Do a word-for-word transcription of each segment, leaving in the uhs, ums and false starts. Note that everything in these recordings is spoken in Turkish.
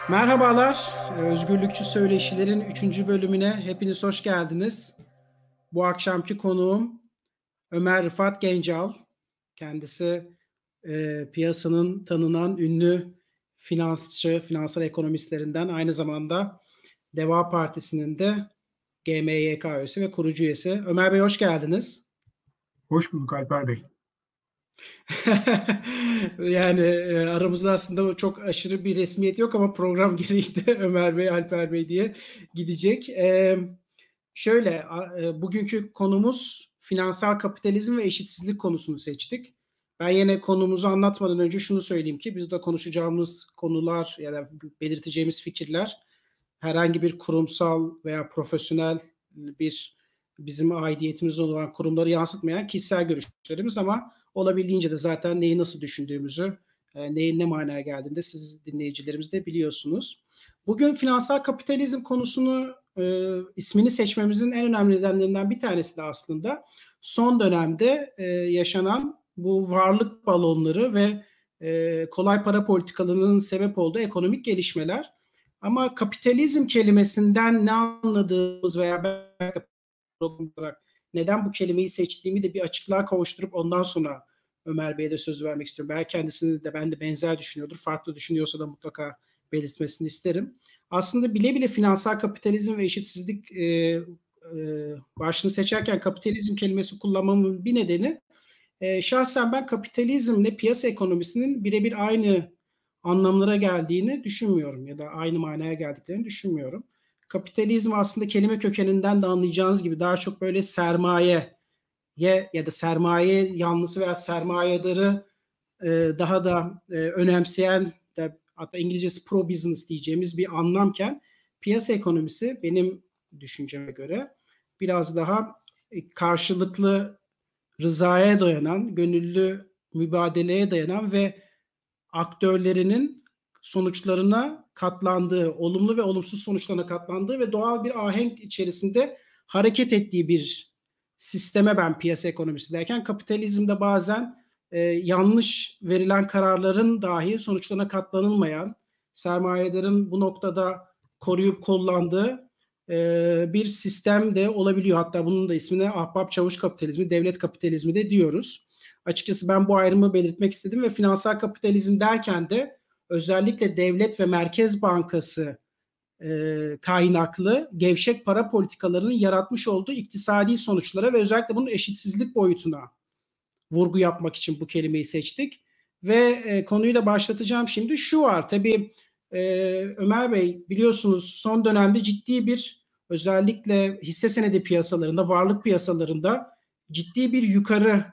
Merhabalar, Özgürlükçü Söyleşilerin üçüncü bölümüne hepiniz hoş geldiniz. Bu akşamki konuğum Ömer Rıfat Gencal. Kendisi e, piyasanın tanınan ünlü finansçı, finansal ekonomistlerinden, aynı zamanda Deva Partisi'nin de G M Y K üyesi ve kurucu üyesi. Ömer Bey hoş geldiniz. Hoş bulduk Alper Bey. Yani e, aramızda aslında çok aşırı bir resmiyet yok ama program gereği de Ömer Bey, Alper Bey diye gidecek. E, şöyle, e, bugünkü konumuz finansal kapitalizm ve eşitsizlik konusunu seçtik. Ben yine konumuzu anlatmadan önce şunu söyleyeyim ki biz de konuşacağımız konular ya da belirteceğimiz fikirler herhangi bir kurumsal veya profesyonel bir bizim aidiyetimiz olan kurumları yansıtmayan kişisel görüşlerimiz ama olabildiğince de zaten neyi nasıl düşündüğümüzü, e, neyin ne manaya geldiğini de siz dinleyicilerimiz de biliyorsunuz. Bugün finansal kapitalizm konusunu e, ismini seçmemizin en önemli nedenlerinden bir tanesi de aslında son dönemde e, yaşanan bu varlık balonları ve e, kolay para politikalarının sebep olduğu ekonomik gelişmeler. Ama kapitalizm kelimesinden ne anladığımız veya belki de olarak neden bu kelimeyi seçtiğimi de bir açıklığa kavuşturup ondan sonra Ömer Bey'e de söz vermek istiyorum. Belki kendisini de ben de benzer düşünüyordur. Farklı düşünüyorsa da mutlaka belirtmesini isterim. Aslında bile bile finansal kapitalizm ve eşitsizlik e, e, başlığını seçerken kapitalizm kelimesi kullanmamın bir nedeni e, şahsen ben kapitalizmle piyasa ekonomisinin birebir aynı anlamlara geldiğini düşünmüyorum ya da aynı manaya geldiklerini düşünmüyorum. Kapitalizm aslında kelime kökeninden de anlayacağınız gibi daha çok böyle sermaye ya da sermaye yanlısı veya sermayedarı e, daha da e, önemseyen de, hatta İngilizcesi pro business diyeceğimiz bir anlamken piyasa ekonomisi benim düşünceme göre biraz daha e, karşılıklı rızaya dayanan, gönüllü mübadeleye dayanan ve aktörlerinin sonuçlarına katlandığı, olumlu ve olumsuz sonuçlarına katlandığı ve doğal bir ahenk içerisinde hareket ettiği bir sisteme ben piyasa ekonomisi derken kapitalizmde bazen e, yanlış verilen kararların dahi sonuçlarına katlanılmayan, sermayedarın bu noktada koruyup kollandığı e, bir sistem de olabiliyor. Hatta bunun da ismine ahbap çavuş kapitalizmi, devlet kapitalizmi de diyoruz. Açıkçası ben bu ayrımı belirtmek istedim ve finansal kapitalizm derken de özellikle devlet ve Merkez Bankası e, kaynaklı gevşek para politikalarının yaratmış olduğu iktisadi sonuçlara ve özellikle bunun eşitsizlik boyutuna vurgu yapmak için bu kelimeyi seçtik. Ve e, konuyu da başlatacağım şimdi. Şu var tabii e, Ömer Bey biliyorsunuz son dönemde ciddi bir özellikle hisse senedi piyasalarında, varlık piyasalarında ciddi bir yukarı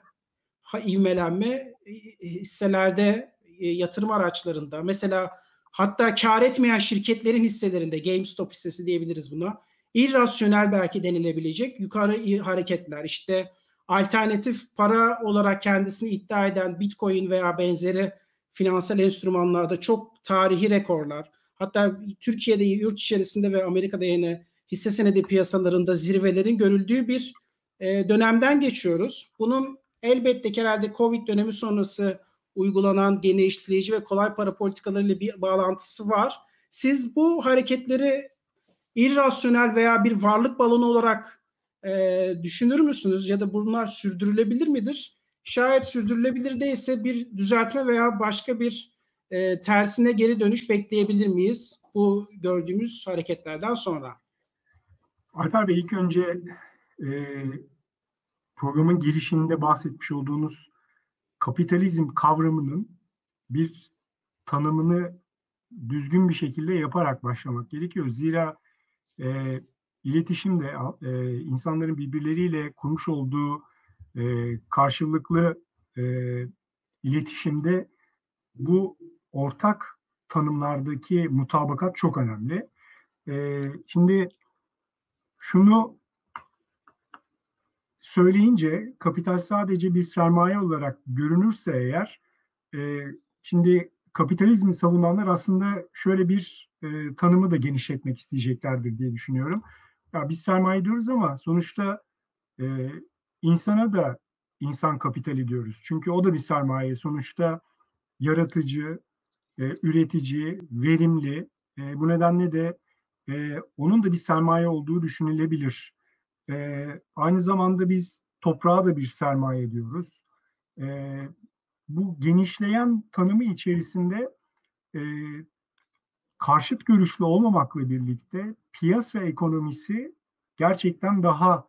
ivmelenme hisselerde, e, yatırım araçlarında mesela hatta kar etmeyen şirketlerin hisselerinde GameStop hissesi diyebiliriz buna. İrrasyonel belki denilebilecek yukarı hareketler. İşte alternatif para olarak kendisini iddia eden Bitcoin veya benzeri finansal enstrümanlarda çok tarihi rekorlar. Hatta Türkiye'de, yurt içerisinde ve Amerika'da yine hisse senedi piyasalarında zirvelerin görüldüğü bir e, dönemden geçiyoruz. Bunun elbette ki herhalde Covid dönemi sonrası uygulanan genişleyici ve kolay para politikalarıyla bir bağlantısı var. Siz bu hareketleri irrasyonel veya bir varlık balonu olarak e, düşünür müsünüz? Ya da bunlar sürdürülebilir midir? Şayet sürdürülebilir değilse bir düzeltme veya başka bir e, tersine geri dönüş bekleyebilir miyiz bu gördüğümüz hareketlerden sonra? Alper Bey ilk önce e, programın girişinde bahsetmiş olduğunuz kapitalizm kavramının bir tanımını düzgün bir şekilde yaparak başlamak gerekiyor. Zira e, iletişimde e, insanların birbirleriyle kurmuş olduğu e, karşılıklı e, iletişimde bu ortak tanımlardaki mutabakat çok önemli. E, şimdi şunu söyleyince kapital sadece bir sermaye olarak görünürse eğer, e, şimdi kapitalizmi savunanlar aslında şöyle bir e, tanımı da genişletmek isteyeceklerdir diye düşünüyorum. Ya biz sermaye diyoruz ama sonuçta e, insana da insan kapitali diyoruz. Çünkü o da bir sermaye. Sonuçta yaratıcı, e, üretici, verimli. E, bu nedenle de e, onun da bir sermaye olduğu düşünülebilir. E, aynı zamanda biz toprağa da bir sermaye diyoruz. E, bu genişleyen tanımı içerisinde e, karşıt görüşlü olmamakla birlikte piyasa ekonomisi gerçekten daha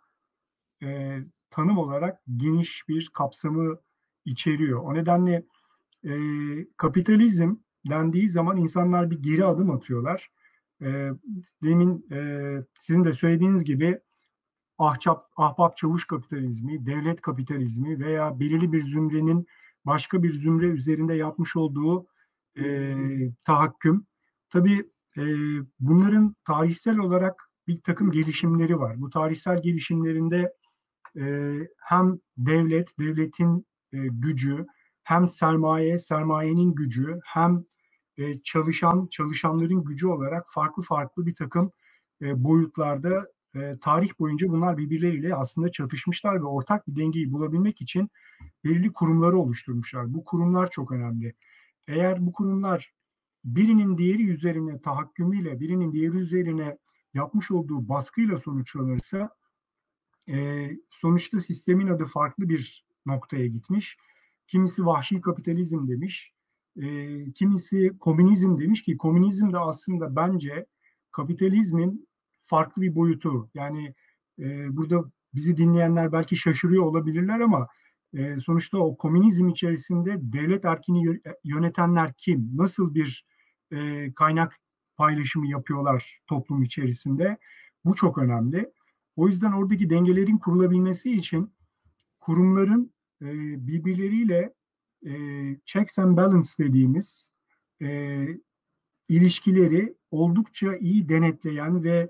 e, tanım olarak geniş bir kapsamı içeriyor. O nedenle e, kapitalizm dendiği zaman insanlar bir geri adım atıyorlar. E, demin e, sizin de söylediğiniz gibi ahçap, ahbap çavuş kapitalizmi, devlet kapitalizmi veya belirli bir zümrenin başka bir zümre üzerinde yapmış olduğu e, tahakküm. Tabii e, bunların tarihsel olarak bir takım gelişimleri var. Bu tarihsel gelişimlerinde e, hem devlet, devletin e, gücü, hem sermaye, sermayenin gücü, hem e, çalışan, çalışanların gücü olarak farklı farklı bir takım e, boyutlarda e, tarih boyunca bunlar birbirleriyle aslında çatışmışlar ve ortak bir dengeyi bulabilmek için belirli kurumları oluşturmuşlar. Bu kurumlar çok önemli. Eğer bu kurumlar birinin diğeri üzerine tahakkümüyle, birinin diğeri üzerine yapmış olduğu baskıyla sonuçlanırsa e, sonuçta sistemin adı farklı bir noktaya gitmiş. Kimisi vahşi kapitalizm demiş, e, kimisi komünizm demiş ki komünizm de aslında bence kapitalizmin farklı bir boyutu. Yani e, burada bizi dinleyenler belki şaşırıyor olabilirler ama e, sonuçta o komünizm içerisinde devlet erkini yönetenler kim? Nasıl bir e, kaynak paylaşımı yapıyorlar toplum içerisinde? Bu çok önemli. O yüzden oradaki dengelerin kurulabilmesi için kurumların e, birbirleriyle e, checks and balance dediğimiz e, ilişkileri oldukça iyi denetleyen ve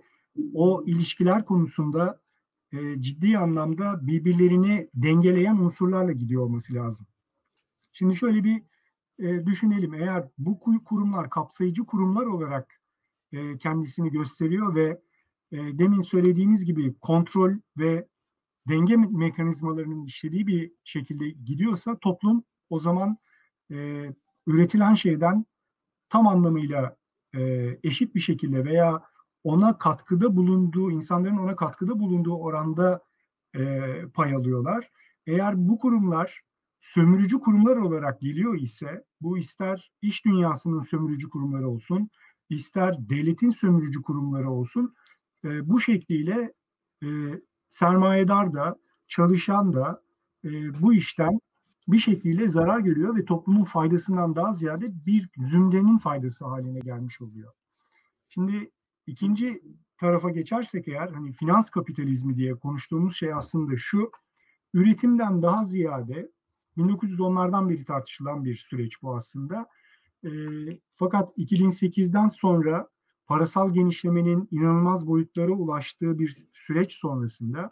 o ilişkiler konusunda e, ciddi anlamda birbirlerini dengeleyen unsurlarla gidiyor olması lazım. Şimdi şöyle bir e, düşünelim. Eğer bu kurumlar kapsayıcı kurumlar olarak e, kendisini gösteriyor ve e, demin söylediğimiz gibi kontrol ve denge mekanizmalarının işlediği bir şekilde gidiyorsa toplum o zaman e, üretilen şeyden tam anlamıyla e, eşit bir şekilde veya ona katkıda bulunduğu, insanların ona katkıda bulunduğu oranda e, pay alıyorlar. Eğer bu kurumlar sömürücü kurumlar olarak geliyor ise, bu ister iş dünyasının sömürücü kurumları olsun, ister devletin sömürücü kurumları olsun, e, bu şekliyle e, sermayedar da, çalışan da e, bu işten bir şekilde zarar görüyor ve toplumun faydasından daha ziyade bir zümrenin faydası haline gelmiş oluyor. Şimdi ikinci tarafa geçersek eğer hani finans kapitalizmi diye konuştuğumuz şey aslında şu, üretimden daha ziyade bin dokuz yüz onlardan beri tartışılan bir süreç bu aslında. E, fakat iki bin sekizden sonra parasal genişlemenin inanılmaz boyutlara ulaştığı bir süreç sonrasında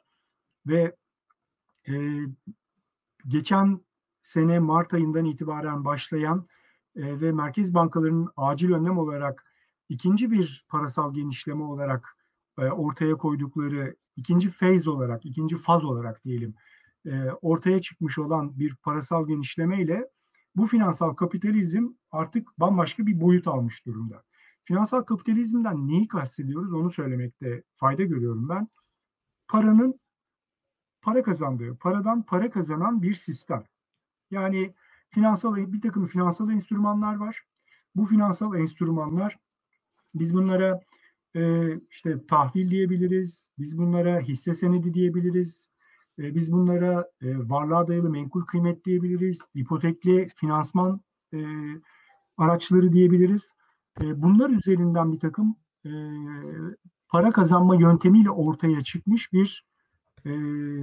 ve e, geçen sene Mart ayından itibaren başlayan e, ve merkez bankalarının acil önlem olarak ikinci bir parasal genişleme olarak e, ortaya koydukları ikinci faz olarak, ikinci faz olarak diyelim e, ortaya çıkmış olan bir parasal genişleme ile bu finansal kapitalizm artık bambaşka bir boyut almış durumda. Finansal kapitalizmden neyi kastediyoruz onu söylemekte fayda görüyorum ben. Paranın para kazandığı, paradan para kazanan bir sistem. Yani finansal bir takım finansal enstrümanlar var. Bu finansal enstrümanlar biz bunlara e, işte tahvil diyebiliriz, biz bunlara hisse senedi diyebiliriz, e, biz bunlara e, varlığa dayalı menkul kıymet diyebiliriz, ipotekli finansman e, araçları diyebiliriz. E, bunlar üzerinden bir takım e, para kazanma yöntemiyle ortaya çıkmış bir e,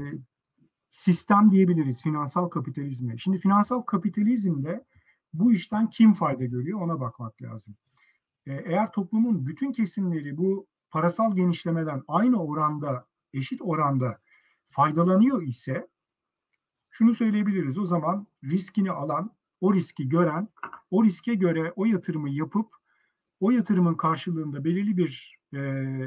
sistem diyebiliriz finansal kapitalizme. Şimdi finansal kapitalizmde bu işten kim fayda görüyor ona bakmak lazım. Eğer toplumun bütün kesimleri bu parasal genişlemeden aynı oranda, eşit oranda faydalanıyor ise şunu söyleyebiliriz. O zaman riskini alan, o riski gören, o riske göre o yatırımı yapıp o yatırımın karşılığında belirli bir e,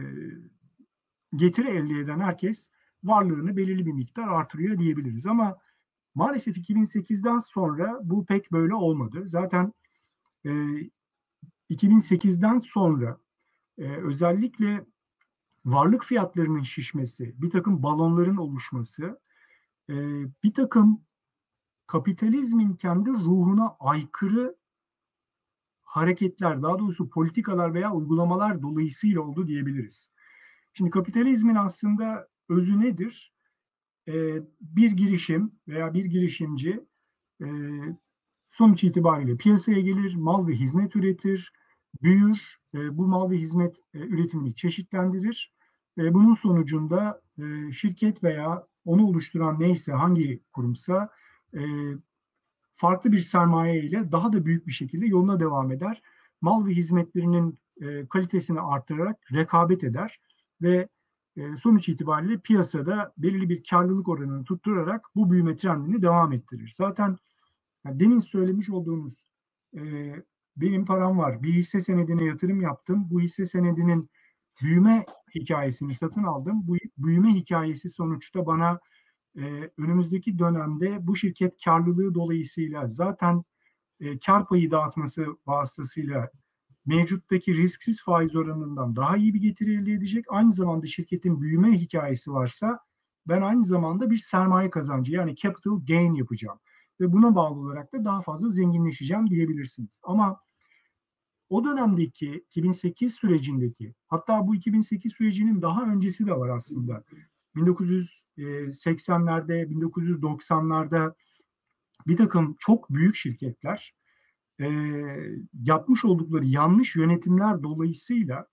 getiri elde eden herkes varlığını belirli bir miktar artırıyor diyebiliriz. Ama maalesef iki bin sekizden sonra bu pek böyle olmadı. Zaten e, iki bin sekizden sonra e, özellikle varlık fiyatlarının şişmesi, bir takım balonların oluşması, e, bir takım kapitalizmin kendi ruhuna aykırı hareketler, daha doğrusu politikalar veya uygulamalar dolayısıyla oldu diyebiliriz. Şimdi kapitalizmin aslında özü nedir? Ee, bir girişim veya bir girişimci e, sonuç itibariyle piyasaya gelir, mal ve hizmet üretir, büyür, e, bu mal ve hizmet e, üretimini çeşitlendirir. E, bunun sonucunda e, şirket veya onu oluşturan neyse, hangi kurumsa e, farklı bir sermaye ile daha da büyük bir şekilde yoluna devam eder. Mal ve hizmetlerinin e, kalitesini artırarak rekabet eder ve e, sonuç itibariyle piyasada belirli bir karlılık oranını tutturarak bu büyüme trendini devam ettirir. Zaten yani demin söylemiş olduğumuz e, benim param var, bir hisse senedine yatırım yaptım, bu hisse senedinin büyüme hikayesini satın aldım. Bu büyüme hikayesi sonuçta bana e, önümüzdeki dönemde bu şirket karlılığı dolayısıyla zaten e, kar payı dağıtması vasıtasıyla mevcuttaki risksiz faiz oranından daha iyi bir getiri elde edecek. Aynı zamanda şirketin büyüme hikayesi varsa ben aynı zamanda bir sermaye kazancı, yani capital gain yapacağım. Ve buna bağlı olarak da daha fazla zenginleşeceğim diyebilirsiniz. Ama o dönemdeki iki bin sekiz sürecindeki, hatta bu iki bin sekiz sürecinin daha öncesi de var aslında. bin dokuz yüz seksenlerde, bin dokuz yüz doksanlarda bir takım çok büyük şirketler e, yapmış oldukları yanlış yönetimler dolayısıyla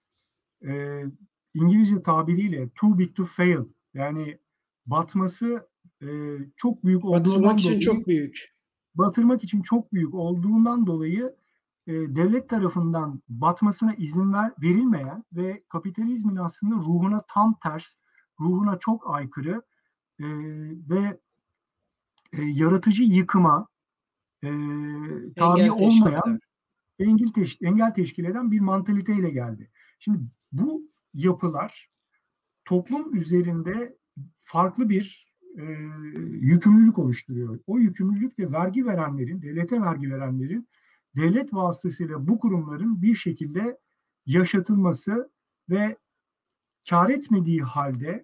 e, İngilizce tabiriyle too big to fail, yani batması e, çok büyük Batırmak olduğundan için dolayı, çok büyük. batırmak için çok büyük olduğundan dolayı e, devlet tarafından batmasına izin ver, verilmeyen ve kapitalizmin aslında ruhuna tam ters, ruhuna çok aykırı e, ve e, yaratıcı yıkıma e, tabi Engel teşkil eder. olmayan, engel, teş, engel teşkil eden bir mantaliteyle geldi. Şimdi bu yapılar toplum üzerinde farklı bir e, yükümlülük oluşturuyor. O yükümlülük de vergi verenlerin, devlete vergi verenlerin, devlet vasıtasıyla bu kurumların bir şekilde yaşatılması ve kar etmediği halde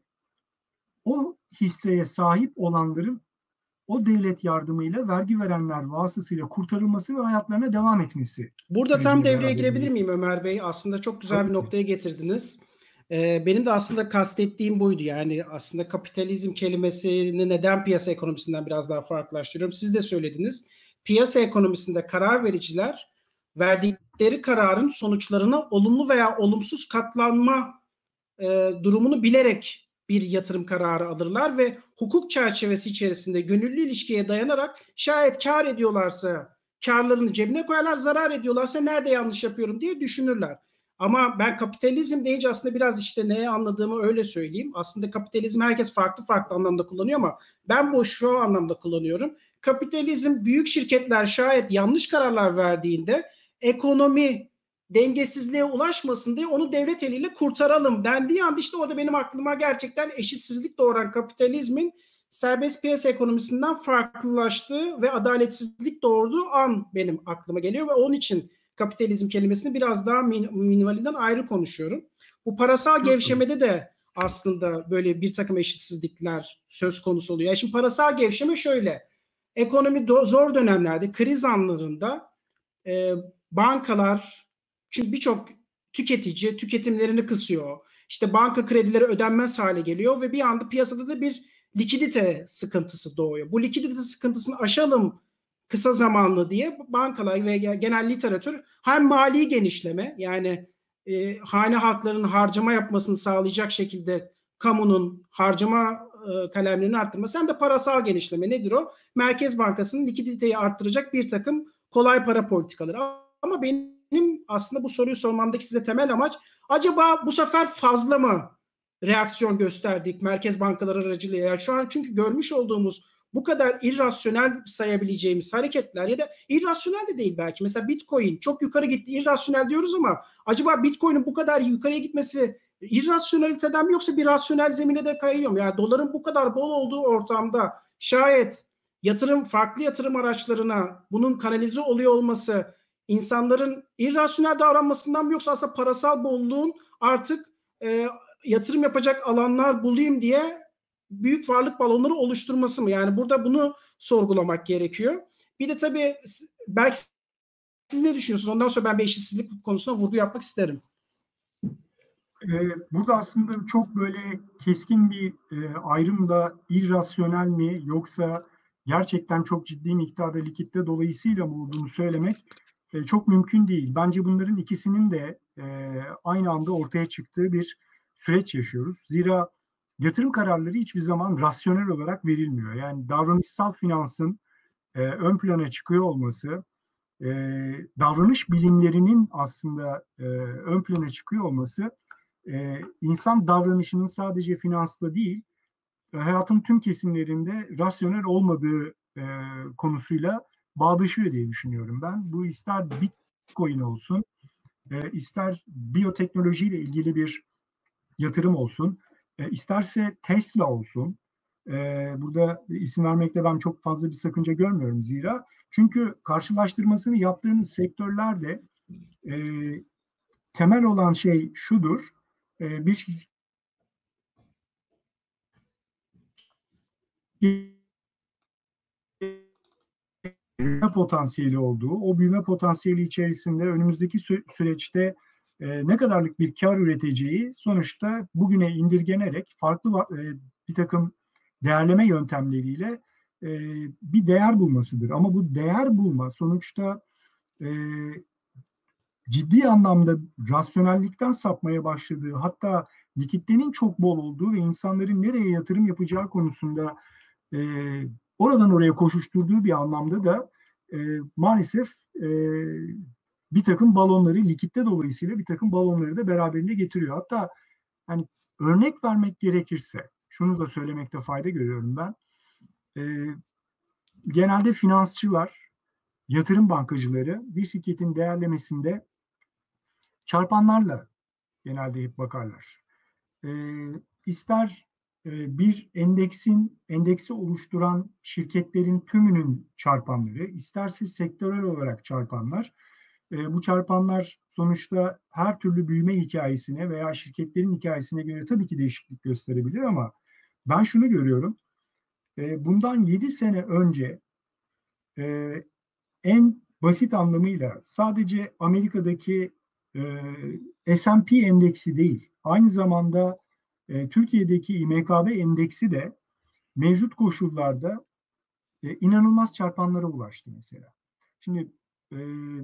o hisseye sahip olanların o devlet yardımıyla, vergi verenler vasıtasıyla kurtarılması ve hayatlarına devam etmesi Burada tam sürecini devreye beraberinde girebilir getiriyor. miyim Ömer Bey? Aslında çok güzel Tabii bir ki. noktaya getirdiniz. Ee, benim de aslında kastettiğim buydu. Yani aslında kapitalizm kelimesini neden piyasa ekonomisinden biraz daha farklılaştırıyorum? Siz de söylediniz. Piyasa ekonomisinde karar vericiler verdikleri kararın sonuçlarına olumlu veya olumsuz katlanma e, durumunu bilerek bir yatırım kararı alırlar ve hukuk çerçevesi içerisinde gönüllü ilişkiye dayanarak şayet kar ediyorlarsa karlarını cebine koyarlar, zarar ediyorlarsa nerede yanlış yapıyorum diye düşünürler. Ama ben kapitalizm deyince aslında biraz işte neye anladığımı öyle söyleyeyim. Aslında kapitalizm herkes farklı farklı anlamda kullanıyor ama ben bu şu anlamda kullanıyorum. Kapitalizm büyük şirketler şayet yanlış kararlar verdiğinde ekonomi dengesizliğe ulaşmasın diye onu devlet eliyle kurtaralım dendiği anda işte orada benim aklıma gerçekten eşitsizlik doğuran kapitalizmin serbest piyasa ekonomisinden farklılaştığı ve adaletsizlik doğurduğu an benim aklıma geliyor ve onun için kapitalizm kelimesini biraz daha minimalinden ayrı konuşuyorum. Bu parasal Çok doğru. gevşemede de aslında böyle bir takım eşitsizlikler söz konusu oluyor. Yani şimdi parasal gevşeme şöyle. Ekonomi zor dönemlerde, kriz anlarında e, bankalar, çünkü birçok tüketici tüketimlerini kısıyor. İşte banka kredileri ödenmez hale geliyor ve bir anda piyasada da bir likidite sıkıntısı doğuyor. Bu likidite sıkıntısını aşalım kısa zamanlı diye bankalar ve genel literatür hem mali genişleme, yani e, hane halklarının harcama yapmasını sağlayacak şekilde kamunun harcama e, kalemlerini arttırması, hem de parasal genişleme. Nedir o? Merkez Bankası'nın likiditeyi arttıracak bir takım kolay para politikaları. Ama benim aslında bu soruyu sormamdaki size temel amaç, acaba bu sefer fazla mı reaksiyon gösterdik merkez bankaları aracılığıyla? Yani şu an çünkü görmüş olduğumuz bu kadar irrasyonel sayabileceğimiz hareketler, ya da irrasyonel de değil belki. Mesela Bitcoin çok yukarı gitti, irrasyonel diyoruz ama acaba Bitcoin'in bu kadar yukarıya gitmesi irrasyonaliteden mi yoksa bir rasyonel zemine de kayıyor mu? Yani doların bu kadar bol olduğu ortamda şayet yatırım, farklı yatırım araçlarına bunun kanalize oluyor olması insanların irrasyonel davranmasından mı, yoksa aslında parasal bolluğun artık e, yatırım yapacak alanlar bulayım diye büyük varlık balonları oluşturması mı? Yani burada bunu sorgulamak gerekiyor. Bir de tabii belki siz ne düşünüyorsunuz? Ondan sonra ben bir eşitsizlik konusuna vurgu yapmak isterim. Burada aslında çok böyle keskin bir ayrım da irrasyonel mi yoksa gerçekten çok ciddi miktarda likitte dolayısıyla mı olduğunu söylemek çok mümkün değil. Bence bunların ikisinin de aynı anda ortaya çıktığı bir süreç yaşıyoruz. Zira yatırım kararları hiçbir zaman rasyonel olarak verilmiyor. Yani davranışsal finansın ön plana çıkıyor olması, davranış bilimlerinin aslında ön plana çıkıyor olması, Ee, insan davranışının sadece finansla değil, hayatın tüm kesimlerinde rasyonel olmadığı e, konusuyla bağdaşıyor diye düşünüyorum ben. Bu ister Bitcoin olsun, e, ister biyoteknolojiyle ilgili bir yatırım olsun, e, isterse Tesla olsun. E, burada isim vermekte ben çok fazla bir sakınca görmüyorum zira. Çünkü karşılaştırmasını yaptığınız sektörlerde e, temel olan şey şudur. E, bir büyüme potansiyeli olduğu, o büyüme potansiyeli içerisinde önümüzdeki sü- süreçte e, ne kadarlık bir kar üreteceği sonuçta bugüne indirgenerek farklı e, bir takım değerleme yöntemleriyle e, bir değer bulmasıdır. Ama bu değer bulma sonuçta e, ciddi anlamda rasyonellikten sapmaya başladığı, hatta likiditenin çok bol olduğu ve insanların nereye yatırım yapacağı konusunda e, oradan oraya koşuşturduğu bir anlamda da e, maalesef e, bir takım balonları, likitte dolayısıyla bir takım balonları da beraberinde getiriyor. Hatta hani örnek vermek gerekirse şunu da söylemekte fayda görüyorum ben. E, genelde finansçılar, yatırım bankacıları bir şirketin değerlemesinde çarpanlarla genelde hep bakarlar. E, ister e, bir endeksin endeksi oluşturan şirketlerin tümünün çarpanları, isterse sektörel olarak çarpanlar. E, bu çarpanlar sonuçta her türlü büyüme hikayesine veya şirketlerin hikayesine göre tabii ki değişiklik gösterebilir ama ben şunu görüyorum. E, bundan yedi sene önce e, en basit anlamıyla sadece Amerika'daki e, S and P endeksi değil, aynı zamanda e, Türkiye'deki İ M K B endeksi de mevcut koşullarda e, inanılmaz çarpanlara ulaştı mesela. Şimdi e,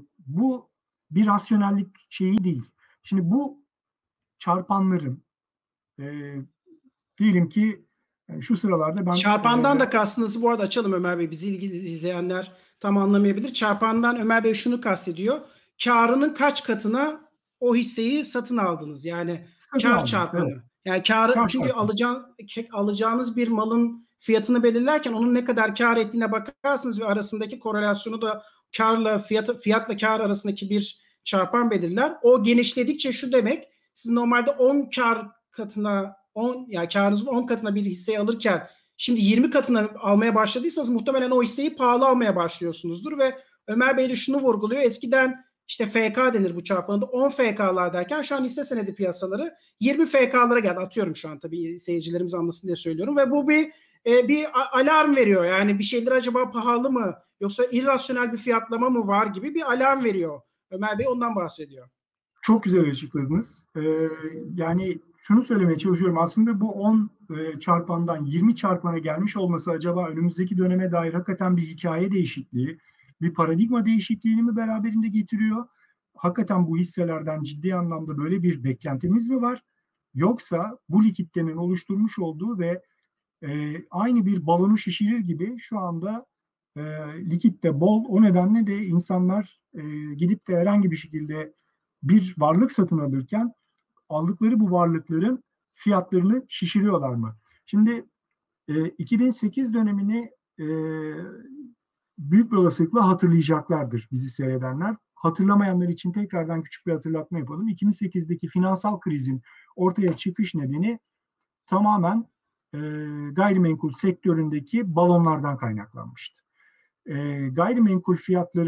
bu bir rasyonellik şeyi değil. Şimdi bu çarpanların e, diyelim ki yani şu sıralarda ben Çarpandan e, da kastınızı bu arada açalım Ömer Bey. Bizi ilgili izleyenler tam anlamayabilir. Çarpandan Ömer Bey şunu kastediyor. Karının kaç katına o hisseyi satın aldınız? Yani satın kar aldınız. Evet. çarpanı. Yani karı, Kar çünkü çarpanı. alacağın, alacağınız bir malın fiyatını belirlerken onun ne kadar kar ettiğine bakarsınız ve arasındaki korelasyonu da karla fiyat, fiyatla kar arasındaki bir çarpan belirler. O genişledikçe şu demek, siz normalde on kar katına on, yani karınızın on katına bir hisseyi alırken şimdi yirmi katına almaya başladıysanız muhtemelen o hisseyi pahalı almaya başlıyorsunuzdur ve Ömer Bey de şunu vurguluyor. Eskiden işte F K denir bu çarpanında, on F K'lar derken şu an hisse senedi piyasaları yirmi F K'lara geldi. Atıyorum şu an, tabii seyircilerimiz anlasın diye söylüyorum ve bu bir e, bir alarm veriyor. Yani bir şeyler acaba pahalı mı yoksa irrasyonel bir fiyatlama mı var gibi bir alarm veriyor. Ömer Bey ondan bahsediyor. Çok güzel açıkladınız. Ee, yani şunu söylemeye çalışıyorum. Aslında bu on e, çarpandan yirmi çarpana gelmiş olması acaba önümüzdeki döneme dair hakikaten bir hikaye değişikliği, bir paradigma değişikliğini mi beraberinde getiriyor? Hakikaten bu hisselerden ciddi anlamda böyle bir beklentimiz mi var? Yoksa bu likiditenin oluşturmuş olduğu ve e, aynı bir balonu şişirir gibi şu anda e, likitte bol. O nedenle de insanlar e, gidip de herhangi bir şekilde bir varlık satın alırken aldıkları bu varlıkların fiyatlarını şişiriyorlar mı? Şimdi e, iki bin sekiz dönemini e, büyük bir olasılıkla hatırlayacaklardır bizi seyredenler. Hatırlamayanlar için tekrardan küçük bir hatırlatma yapalım. iki bin sekizdeki finansal krizin ortaya çıkış nedeni tamamen e, gayrimenkul sektöründeki balonlardan kaynaklanmıştı. E, gayrimenkul fiyatlarının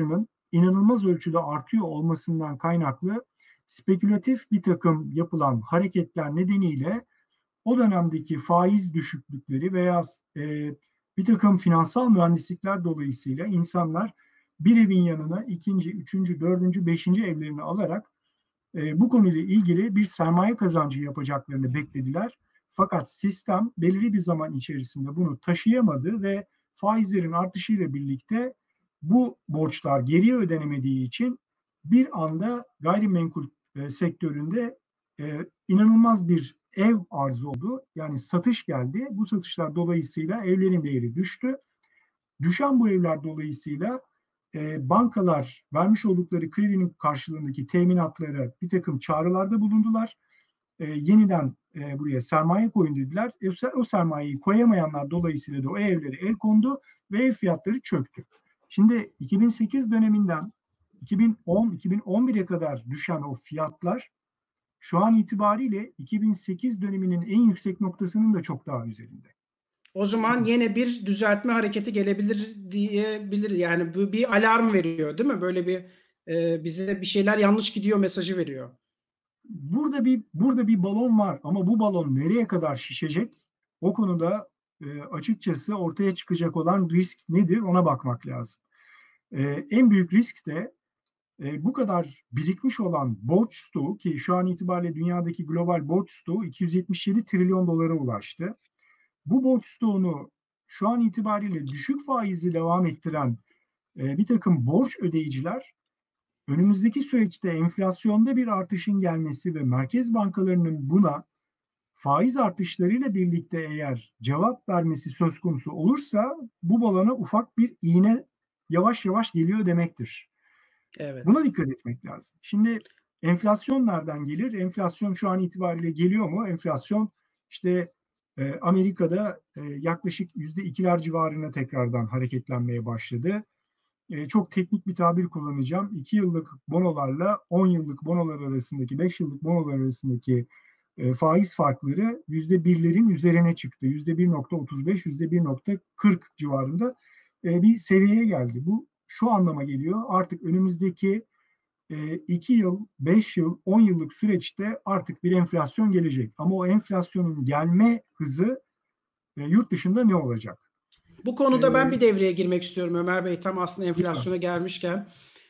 inanılmaz ölçüde artıyor olmasından kaynaklı spekülatif bir takım yapılan hareketler nedeniyle o dönemdeki faiz düşüklükleri veya e, bir takım finansal mühendislikler dolayısıyla insanlar bir evin yanına ikinci, üçüncü, dördüncü, beşinci evlerini alarak e, bu konuyla ilgili bir sermaye kazancı yapacaklarını beklediler. Fakat sistem belirli bir zaman içerisinde bunu taşıyamadı ve faizlerin artışıyla birlikte bu borçlar geriye ödenemediği için bir anda gayrimenkul e, sektöründe e, inanılmaz bir ev arzı oldu. Yani satış geldi. Bu satışlar dolayısıyla evlerin değeri düştü. Düşen bu evler dolayısıyla e, bankalar vermiş oldukları kredinin karşılığındaki teminatlara bir takım çağrılarda bulundular. E, yeniden e, buraya sermaye koyun dediler. E, o sermayeyi koyamayanlar dolayısıyla da o evlere el kondu ve ev fiyatları çöktü. Şimdi iki bin sekiz döneminden iki bin on iki bin on bire kadar düşen o fiyatlar şu an itibariyle iki bin sekiz döneminin en yüksek noktasının da çok daha üzerinde. O zaman yine bir düzeltme hareketi gelebilir diyebilir. Yani bu bir alarm veriyor, değil mi? Böyle bir e, bize bir şeyler yanlış gidiyor mesajı veriyor. Burada bir burada bir balon var ama bu balon nereye kadar şişecek? O konuda e, açıkçası ortaya çıkacak olan risk nedir? Ona bakmak lazım. E, en büyük risk de e, bu kadar birikmiş olan borç stoğu, ki şu an itibariyle dünyadaki global borç stoğu iki yüz yetmiş yedi trilyon dolara ulaştı. Bu borç stoğunu şu an itibariyle düşük faizi devam ettiren e, bir takım borç ödeyiciler önümüzdeki süreçte enflasyonda bir artışın gelmesi ve merkez bankalarının buna faiz artışlarıyla birlikte eğer cevap vermesi söz konusu olursa bu balona ufak bir iğne yavaş yavaş geliyor demektir. Evet. Buna dikkat etmek lazım. Şimdi enflasyon nereden gelir? Enflasyon şu an itibariyle geliyor mu? Enflasyon işte e, Amerika'da e, yaklaşık yüzde ikiler civarına tekrardan hareketlenmeye başladı. E, çok teknik bir tabir kullanacağım. iki yıllık bonolarla on yıllık bonolar arasındaki, beş yıllık bonolar arasındaki e, faiz farkları yüzde birlerin üzerine çıktı. yüzde bir nokta otuz beş, yüzde bir nokta kırk civarında e, bir seviyeye geldi. Bu şu anlama geliyor. Artık önümüzdeki iki yıl, beş yıl, on yıllık süreçte artık bir enflasyon gelecek. Ama o enflasyonun gelme hızı e, yurt dışında ne olacak? Bu konuda ee, ben bir devreye girmek istiyorum Ömer Bey, tam aslında enflasyona lütfen. gelmişken.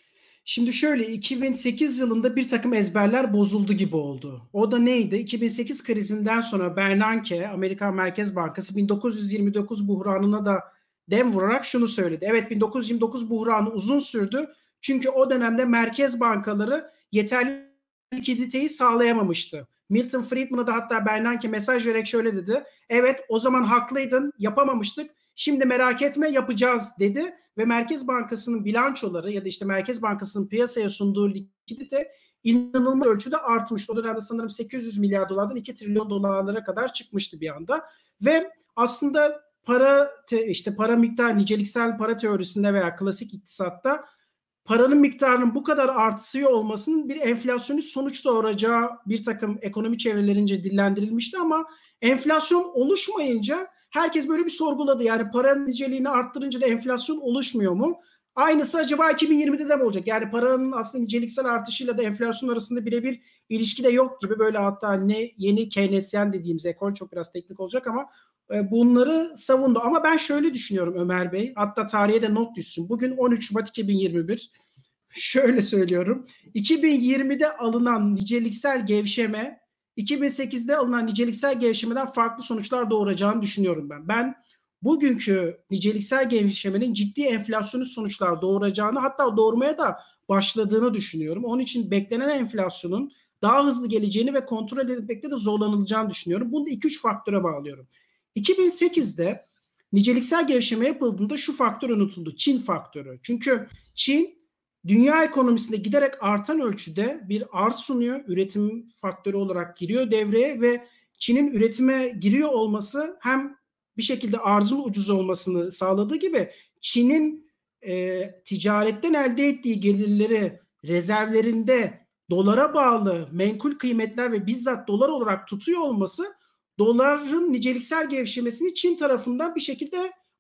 Şimdi şöyle, iki bin sekiz yılında bir takım ezberler bozuldu gibi oldu. O da neydi? iki bin sekiz krizinden sonra Bernanke, Amerikan Merkez Bankası bin dokuz yüz yirmi dokuz buhranına da dem vurarak şunu söyledi. Evet, bin dokuz yüz yirmi dokuz buhranı uzun sürdü. Çünkü o dönemde merkez bankaları yeterli likiditeyi sağlayamamıştı. Milton Friedman'a da hatta Bernanke mesaj vererek şöyle dedi. Evet, o zaman haklıydın, yapamamıştık. Şimdi merak etme, yapacağız dedi ve Merkez Bankası'nın bilançoları ya da işte Merkez Bankası'nın piyasaya sunduğu likidite inanılmaz ölçüde artmıştı. O dönemde sanırım sekiz yüz milyar dolardan iki trilyon dolarlara kadar çıkmıştı bir anda. Ve aslında para işte para miktar niceliksel para teorisinde veya klasik iktisatta paranın miktarının bu kadar artıyor olmasının bir enflasyonist sonuç doğuracağı bir takım ekonomi çevrelerince dillendirilmişti ama enflasyon oluşmayınca herkes böyle bir sorguladı. Yani paranın niceliğini arttırınca da enflasyon oluşmuyor mu? Aynısı acaba iki bin yirmide de mi olacak? Yani paranın aslında niceliksel artışıyla da enflasyon arasında birebir ilişki de yok gibi, böyle hatta ne yeni Keynesyen dediğimiz ekol, çok biraz teknik olacak ama bunları savundu. Ama ben şöyle düşünüyorum Ömer Bey, hatta tarihe de not düşsün. Bugün on üç Şubat iki bin yirmi bir. Şöyle söylüyorum. iki bin yirmide alınan niceliksel gevşeme iki bin sekizde alınan niceliksel gevşemeden farklı sonuçlar doğuracağını düşünüyorum ben. Ben bugünkü niceliksel gevşemenin ciddi enflasyonist sonuçlar doğuracağını, hatta doğurmaya da başladığını düşünüyorum. Onun için beklenen enflasyonun daha hızlı geleceğini ve kontrol edilmekte de zorlanılacağını düşünüyorum. Bunu da iki üç faktöre bağlıyorum. iki bin sekizde niceliksel gevşeme yapıldığında şu faktör unutuldu. Çin faktörü. Çünkü Çin dünya ekonomisinde giderek artan ölçüde bir arz sunuyor. Üretim faktörü olarak giriyor devreye ve Çin'in üretime giriyor olması hem bir şekilde arzın ucuz olmasını sağladığı gibi Çin'in e, ticaretten elde ettiği gelirleri rezervlerinde dolara bağlı menkul kıymetler ve bizzat dolar olarak tutuyor olması doların niceliksel gevşemesini Çin tarafından bir şekilde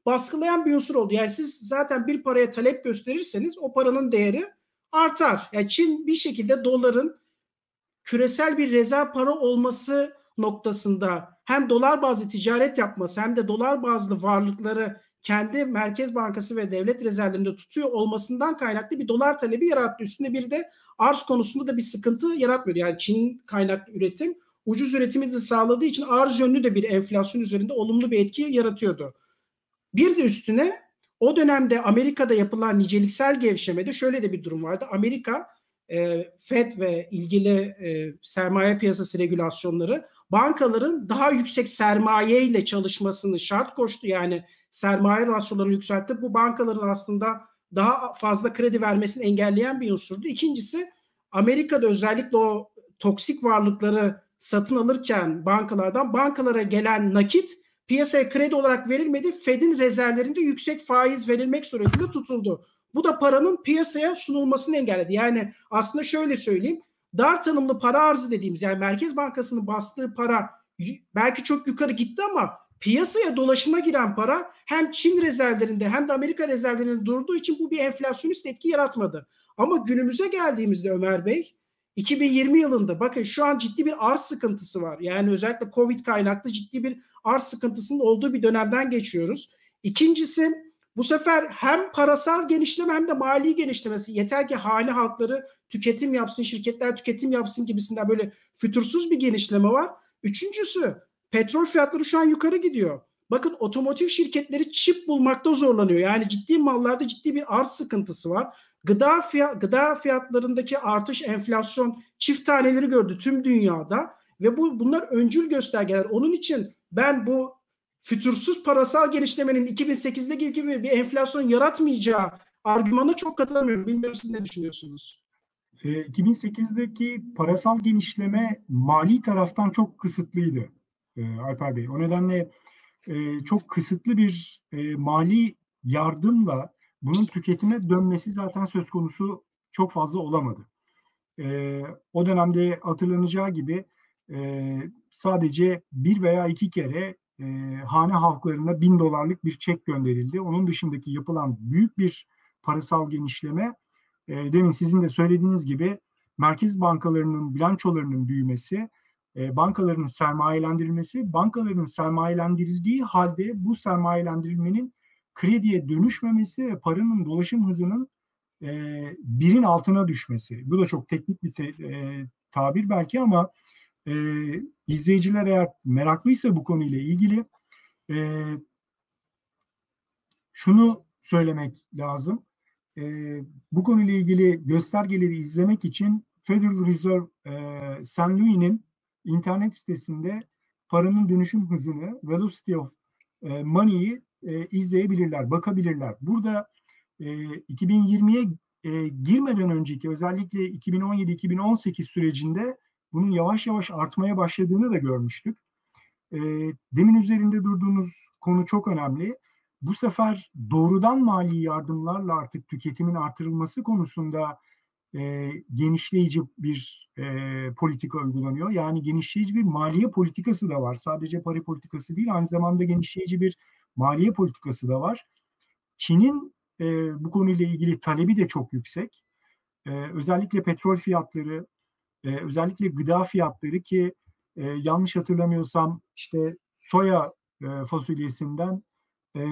baskılayan bir unsur oldu. Yani siz zaten bir paraya talep gösterirseniz o paranın değeri artar. Yani Çin bir şekilde doların küresel bir rezerv para olması noktasında hem dolar bazlı ticaret yapması hem de dolar bazlı varlıkları kendi Merkez Bankası ve devlet rezervlerinde tutuyor olmasından kaynaklı bir dolar talebi yarattı. Üstüne bir de arz konusunda da bir sıkıntı yaratmıyor. Yani Çin kaynaklı üretim ucuz üretimi de sağladığı için arz yönlü de bir enflasyon üzerinde olumlu bir etki yaratıyordu. Bir de üstüne o dönemde Amerika'da yapılan niceliksel gevşemede şöyle de bir durum vardı. Amerika e, Fed ve ilgili e, sermaye piyasası regülasyonları bankaların daha yüksek sermaye ile çalışmasını şart koştu. Yani sermaye rasyolarını yükseltti. Bu bankaların aslında daha fazla kredi vermesini engelleyen bir unsurdu. İkincisi Amerika'da özellikle o toksik varlıkları satın alırken bankalardan bankalara gelen nakit piyasaya kredi olarak verilmedi. Fed'in rezervlerinde yüksek faiz verilmek suretiyle tutuldu. Bu da paranın piyasaya sunulmasını engelledi. Yani aslında şöyle söyleyeyim. Dar tanımlı para arzı dediğimiz yani Merkez Bankası'nın bastığı para belki çok yukarı gitti ama piyasaya dolaşıma giren para hem Çin rezervlerinde hem de Amerika rezervlerinde durduğu için bu bir enflasyonist etki yaratmadı. Ama günümüze geldiğimizde Ömer Bey iki bin yirmi yılında bakın şu an ciddi bir arz sıkıntısı var. Yani özellikle Covid kaynaklı ciddi bir arz sıkıntısının olduğu bir dönemden geçiyoruz. İkincisi bu sefer hem parasal genişleme hem de mali genişlemesi yeter ki hane halkları tüketim yapsın, şirketler tüketim yapsın gibisinden böyle fütursuz bir genişleme var. Üçüncüsü petrol fiyatları şu an yukarı gidiyor. Bakın otomotiv şirketleri çip bulmakta zorlanıyor. Yani ciddi mallarda ciddi bir arz sıkıntısı var. Gıda, fiyat, gıda fiyatlarındaki artış enflasyon çift taneleri gördü tüm dünyada ve bu bunlar öncül göstergeler. Onun için ben bu fütursuz parasal genişlemenin iki bin sekizde gibi bir enflasyon yaratmayacağı argümana çok katılamıyorum. Bilmiyorum siz ne düşünüyorsunuz? E, iki bin sekizdeki parasal genişleme mali taraftan çok kısıtlıydı e, Alper Bey. O nedenle e, çok kısıtlı bir e, mali yardımla bunun tüketime dönmesi zaten söz konusu çok fazla olamadı. E, o dönemde hatırlanacağı gibi e, sadece bir veya iki kere e, hane halklarına bin dolarlık bir çek gönderildi. Onun dışındaki yapılan büyük bir parasal genişleme e, demin sizin de söylediğiniz gibi merkez bankalarının bilançolarının büyümesi, e, bankaların sermayelendirilmesi, bankaların sermayelendirildiği halde bu sermayelendirilmenin krediye dönüşmemesi ve paranın dolaşım hızının e, birin altına düşmesi. Bu da çok teknik bir te, e, tabir belki ama e, izleyiciler eğer meraklıysa bu konuyla ilgili e, şunu söylemek lazım. E, bu konuyla ilgili göstergeleri izlemek için Federal Reserve e, Saint Louis'nin internet sitesinde paranın dönüşüm hızını, Velocity of e, Money'i e, izleyebilirler, bakabilirler. Burada e, iki bin yirmiye e, girmeden önceki özellikle iki bin on yedi iki bin on sekiz sürecinde bunun yavaş yavaş artmaya başladığını da görmüştük. E, demin üzerinde durduğunuz konu çok önemli. Bu sefer doğrudan mali yardımlarla artık tüketimin artırılması konusunda e, genişleyici bir e, politika uygulanıyor. Yani genişleyici bir maliye politikası da var. Sadece para politikası değil, aynı zamanda genişleyici bir maliye politikası da var. Çin'in e, bu konuyla ilgili talebi de çok yüksek. E, özellikle petrol fiyatları, e, özellikle gıda fiyatları ki e, yanlış hatırlamıyorsam işte soya e, fasulyesinden e,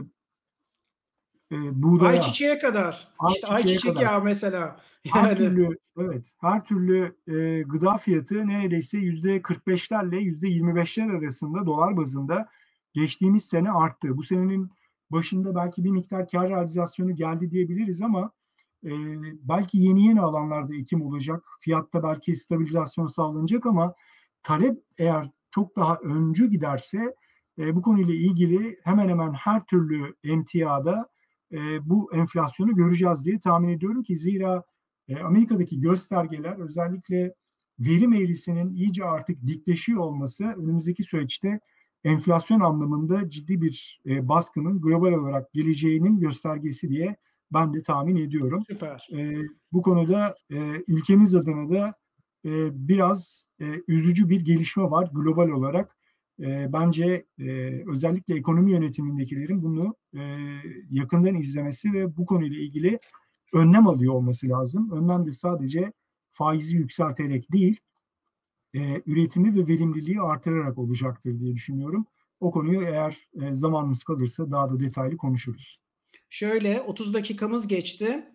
e, buğdaya, Ayçiçeğe kadar. İşte ayçiçeğe ayçiçek kadar yağı mesela. her Yani türlü evet her türlü e, gıda fiyatı neredeyse yüzde kırk beşlerle yüzde yirmi beşler arasında dolar bazında geçtiğimiz sene arttı. Bu senenin başında belki bir miktar kar realizasyonu geldi diyebiliriz ama e, belki yeni yeni alanlarda ekim olacak. Fiyatta belki stabilizasyon sağlanacak ama talep eğer çok daha öncü giderse e, bu konuyla ilgili hemen hemen her türlü emtiada e, bu enflasyonu göreceğiz diye tahmin ediyorum ki zira e, Amerika'daki göstergeler özellikle verim eğrisinin iyice artık dikleşiyor olması önümüzdeki süreçte enflasyon anlamında ciddi bir e, baskının global olarak geleceğinin göstergesi diye ben de tahmin ediyorum. süper. E, bu konuda e, ülkemiz adına da e, biraz e, üzücü bir gelişme var global olarak. E, bence e, özellikle ekonomi yönetimindekilerin bunu e, yakından izlemesi ve bu konuyla ilgili önlem alıyor olması lazım. Önlem de sadece faizi yükselterek değil, e, üretimi ve verimliliği artırarak olacaktır diye düşünüyorum. O konuyu eğer e, zamanımız kalırsa daha da detaylı konuşuruz. Şöyle, otuz dakikamız geçti.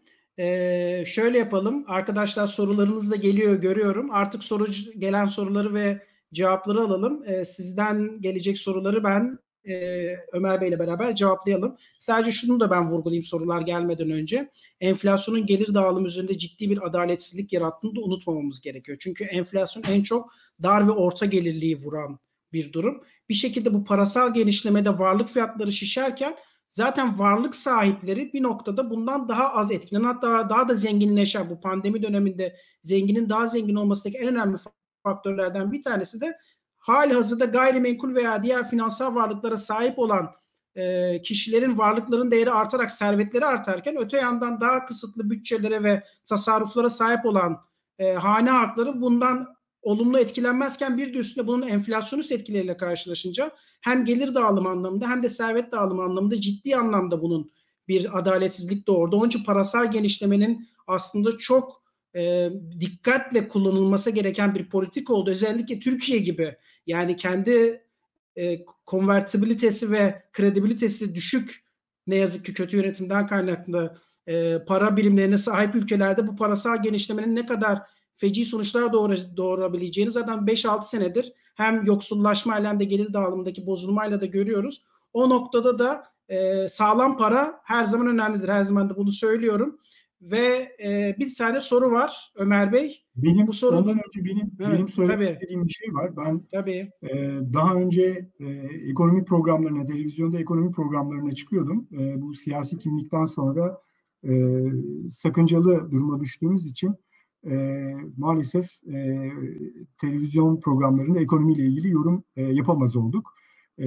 Ee, şöyle yapalım. Arkadaşlar sorularınız da geliyor görüyorum. Artık soru gelen soruları ve cevapları alalım. Ee, sizden gelecek soruları ben e, Ömer Bey ile beraber cevaplayalım. Sadece şunu da ben vurgulayayım sorular gelmeden önce. Enflasyonun gelir dağılımı üzerinde ciddi bir adaletsizlik yarattığını da unutmamamız gerekiyor. Çünkü enflasyon en çok dar ve orta gelirliği vuran bir durum. Bir şekilde bu parasal genişlemede varlık fiyatları şişerken zaten varlık sahipleri bir noktada bundan daha az etkilenen, hatta daha da zenginleşen, bu pandemi döneminde zenginin daha zengin olmasındaki en önemli faktörlerden bir tanesi de hali hazırda gayrimenkul veya diğer finansal varlıklara sahip olan e, kişilerin varlıkların değeri artarak servetleri artarken öte yandan daha kısıtlı bütçelere ve tasarruflara sahip olan e, hane halkları bundan olumlu etkilenmezken bir de üstüne bunun enflasyonist etkileriyle karşılaşınca hem gelir dağılımı anlamında hem de servet dağılımı anlamında ciddi anlamda bunun bir adaletsizlik doğurdu. Onun için parasal genişlemenin aslında çok e, dikkatle kullanılması gereken bir politik oldu. Özellikle Türkiye gibi, yani kendi e, konvertibilitesi ve kredibilitesi düşük, ne yazık ki kötü yönetimden kaynaklı e, para birimlerine sahip ülkelerde bu parasal genişlemenin ne kadar feci sonuçlar doğura, doğurabileceğini zaten beş altı senedir hem yoksullaşmayla hem de gelir dağılımındaki bozulmayla da görüyoruz. O noktada da e, sağlam para her zaman önemlidir. Her zaman da bunu söylüyorum. Ve e, bir tane soru var Ömer Bey. Bu Benim soru, ondan önce benim evet, benim söylemek tabii, istediğim bir şey var. Ben tabii. e, daha önce e, ekonomi programlarına, televizyonda ekonomi programlarına çıkıyordum. E, bu siyasi kimlikten sonra e, sakıncalı duruma düştüğümüz için e, maalesef e, televizyon programlarında ekonomiyle ilgili yorum e, yapamaz olduk. E,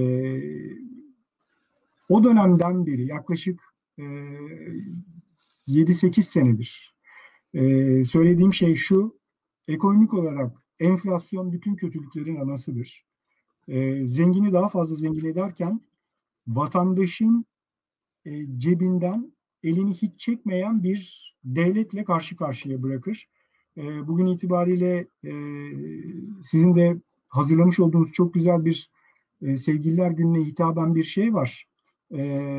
O dönemden beri yaklaşık e, yedi sekiz senedir e, söylediğim şey şu: ekonomik olarak enflasyon bütün kötülüklerin anasıdır. E, zengini daha fazla zengin ederken vatandaşın e, cebinden elini hiç çekmeyen bir devletle karşı karşıya bırakır. E, bugün itibariyle e, sizin de hazırlamış olduğunuz çok güzel bir e, Sevgililer Günü'ne hitaben bir şey var. E,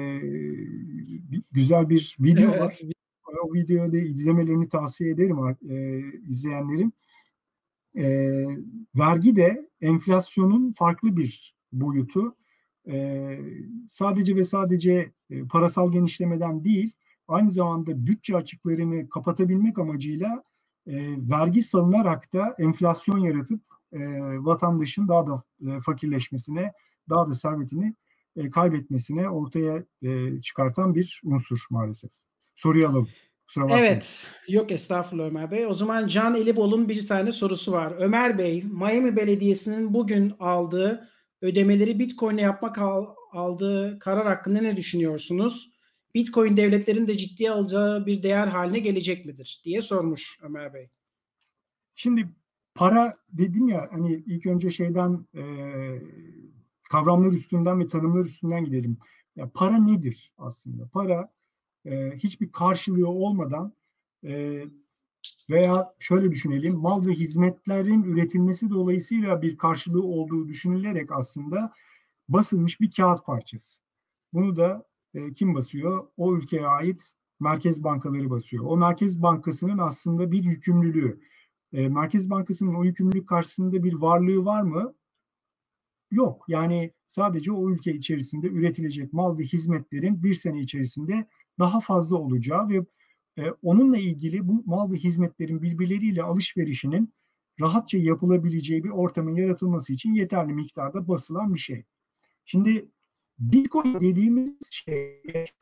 bir- güzel bir video Evet. var. O videoda izlemelerini tavsiye ederim e, izleyenlerin. E, Vergi de enflasyonun farklı bir boyutu. E, Sadece ve sadece e, parasal genişlemeden değil, aynı zamanda bütçe açıklarını kapatabilmek amacıyla e, vergi salınarak da enflasyon yaratıp e, vatandaşın daha da e, fakirleşmesine, daha da servetini e, kaybetmesine ortaya e, çıkartan bir unsur maalesef. Soruyu alalım. Kusura bakmayın. Evet. Yok, estağfurullah Ömer Bey. O zaman Can Elibol'un bir tane sorusu var. Ömer Bey, Miami Belediyesi'nin bugün aldığı ödemeleri Bitcoin'e yapmak al- aldığı karar hakkında ne düşünüyorsunuz? Bitcoin devletlerin de ciddiye alacağı bir değer haline gelecek midir diye sormuş Ömer Bey. Şimdi para dedim ya, hani ilk önce şeyden e, kavramlar üstünden ve tanımlar üstünden gidelim. Ya para nedir aslında? Para e, hiçbir karşılığı olmadan e, veya şöyle düşünelim, mal ve hizmetlerin üretilmesi dolayısıyla bir karşılığı olduğu düşünülerek aslında basılmış bir kağıt parçası. Bunu da e, kim basıyor? O ülkeye ait merkez bankaları basıyor. O merkez bankasının aslında bir yükümlülüğü. E, Merkez Bankası'nın o yükümlülük karşısında bir varlığı var mı? Yok. Yani sadece o ülke içerisinde üretilecek mal ve hizmetlerin bir sene içerisinde daha fazla olacağı ve e, onunla ilgili bu mal ve hizmetlerin birbirleriyle alışverişinin rahatça yapılabileceği bir ortamın yaratılması için yeterli miktarda basılan bir şey. Şimdi Bitcoin dediğimiz şey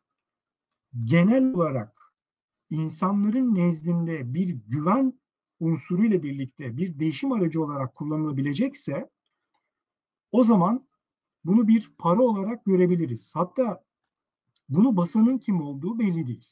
genel olarak insanların nezdinde bir güven unsuru ile birlikte bir değişim aracı olarak kullanılabilecekse, o zaman bunu bir para olarak görebiliriz. Hatta bunu basanın kim olduğu belli değil.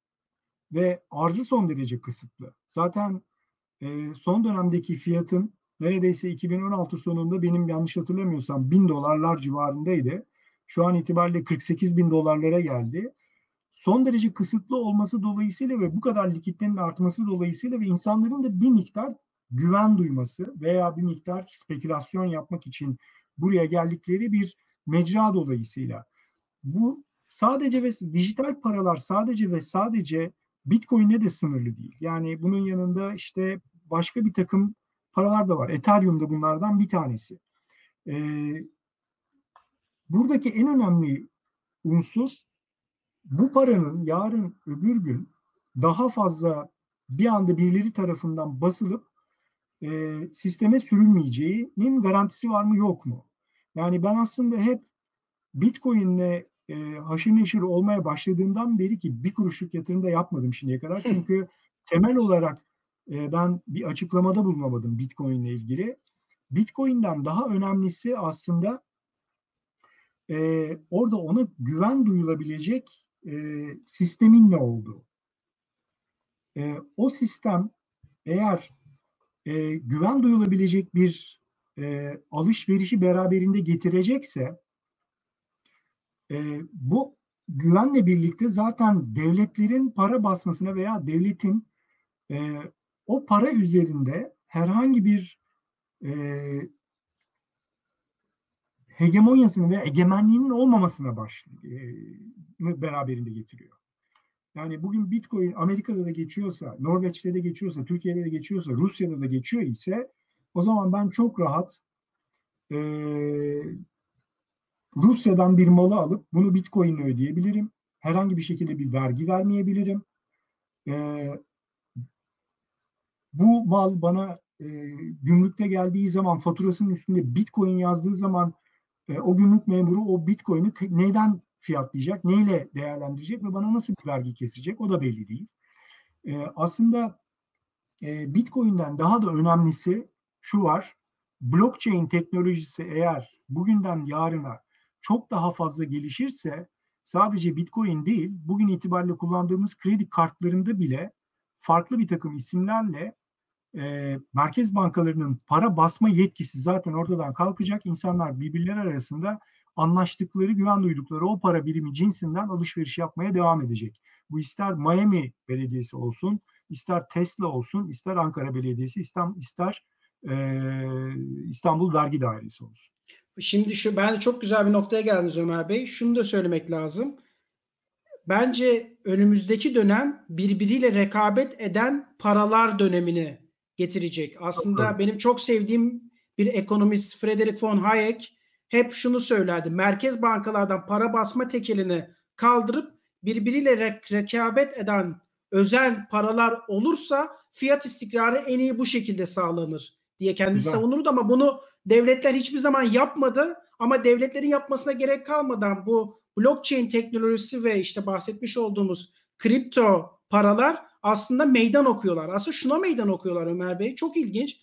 Ve arzı son derece kısıtlı. Zaten e, son dönemdeki fiyatın neredeyse iki bin on altı sonunda benim yanlış hatırlamıyorsam bin dolarlar civarındaydı. Şu an itibariyle kırk sekiz bin dolarlara geldi. Son derece kısıtlı olması dolayısıyla ve bu kadar likiditenin artması dolayısıyla ve insanların da bir miktar güven duyması veya bir miktar spekülasyon yapmak için buraya geldikleri bir mecra dolayısıyla bu sadece ve dijital paralar sadece ve sadece Bitcoin'e de sınırlı değil. Yani bunun yanında işte başka bir takım paralar da var. Ethereum da bunlardan bir tanesi. Ee, buradaki en önemli unsur bu paranın yarın öbür gün daha fazla bir anda birileri tarafından basılıp e, sisteme sürülmeyeceğinin garantisi var mı yok mu? Yani ben aslında hep Bitcoin'le e, haşır neşir olmaya başladığımdan beri ki bir kuruşluk yatırım da yapmadım şimdiye kadar. Çünkü temel olarak e, ben bir açıklamada bulunamadım Bitcoin'le ilgili. Bitcoin'den daha önemlisi aslında e, orada ona güven duyulabilecek e, sistemin ne olduğu. E, o sistem eğer e, güven duyulabilecek bir e, alışverişi beraberinde getirecekse e, bu güvenle birlikte zaten devletlerin para basmasına veya devletin e, o para üzerinde herhangi bir e, hegemonyasının veya egemenliğinin olmamasına başlıyor, e, beraberinde getiriyor. Yani bugün Bitcoin Amerika'da da geçiyorsa, Norveç'te de geçiyorsa, Türkiye'de de geçiyorsa, Rusya'da da geçiyor ise o zaman ben çok rahat e, Rusya'dan bir malı alıp bunu Bitcoin'le ödeyebilirim. Herhangi bir şekilde bir vergi vermeyebilirim. E, bu mal bana e, gümrükte geldiği zaman faturasının üstünde Bitcoin yazdığı zaman e, o gümrük memuru o Bitcoin'i neyden fiyatlayacak, neyle değerlendirecek ve bana nasıl bir vergi kesecek o da belli değil. E, aslında e, Bitcoin'den daha da önemlisi şu var. Blockchain teknolojisi eğer bugünden yarına çok daha fazla gelişirse sadece Bitcoin değil, bugün itibariyle kullandığımız kredi kartlarında bile farklı bir takım isimlerle e, merkez bankalarının para basma yetkisi zaten ortadan kalkacak. İnsanlar birbirleri arasında anlaştıkları, güven duydukları o para birimi cinsinden alışveriş yapmaya devam edecek. Bu ister Miami Belediyesi olsun, ister Tesla olsun, ister Ankara Belediyesi, ister e, İstanbul Vergi Dairesi olsun. Şimdi şu ben çok güzel bir noktaya geldiniz Ömer Bey. Şunu da söylemek lazım. Bence önümüzdeki dönem birbiriyle rekabet eden paralar dönemini getirecek. Aslında benim çok sevdiğim bir ekonomist Frederick von Hayek hep şunu söylerdi. Merkez bankalardan para basma tekelini kaldırıp birbiriyle re- rekabet eden özel paralar olursa fiyat istikrarı en iyi bu şekilde sağlanır diye kendisi Güzel. savunurdu ama bunu devletler hiçbir zaman yapmadı. Ama devletlerin yapmasına gerek kalmadan bu blockchain teknolojisi ve işte bahsetmiş olduğumuz kripto paralar aslında meydan okuyorlar. Aslında şuna meydan okuyorlar Ömer Bey. Çok ilginç.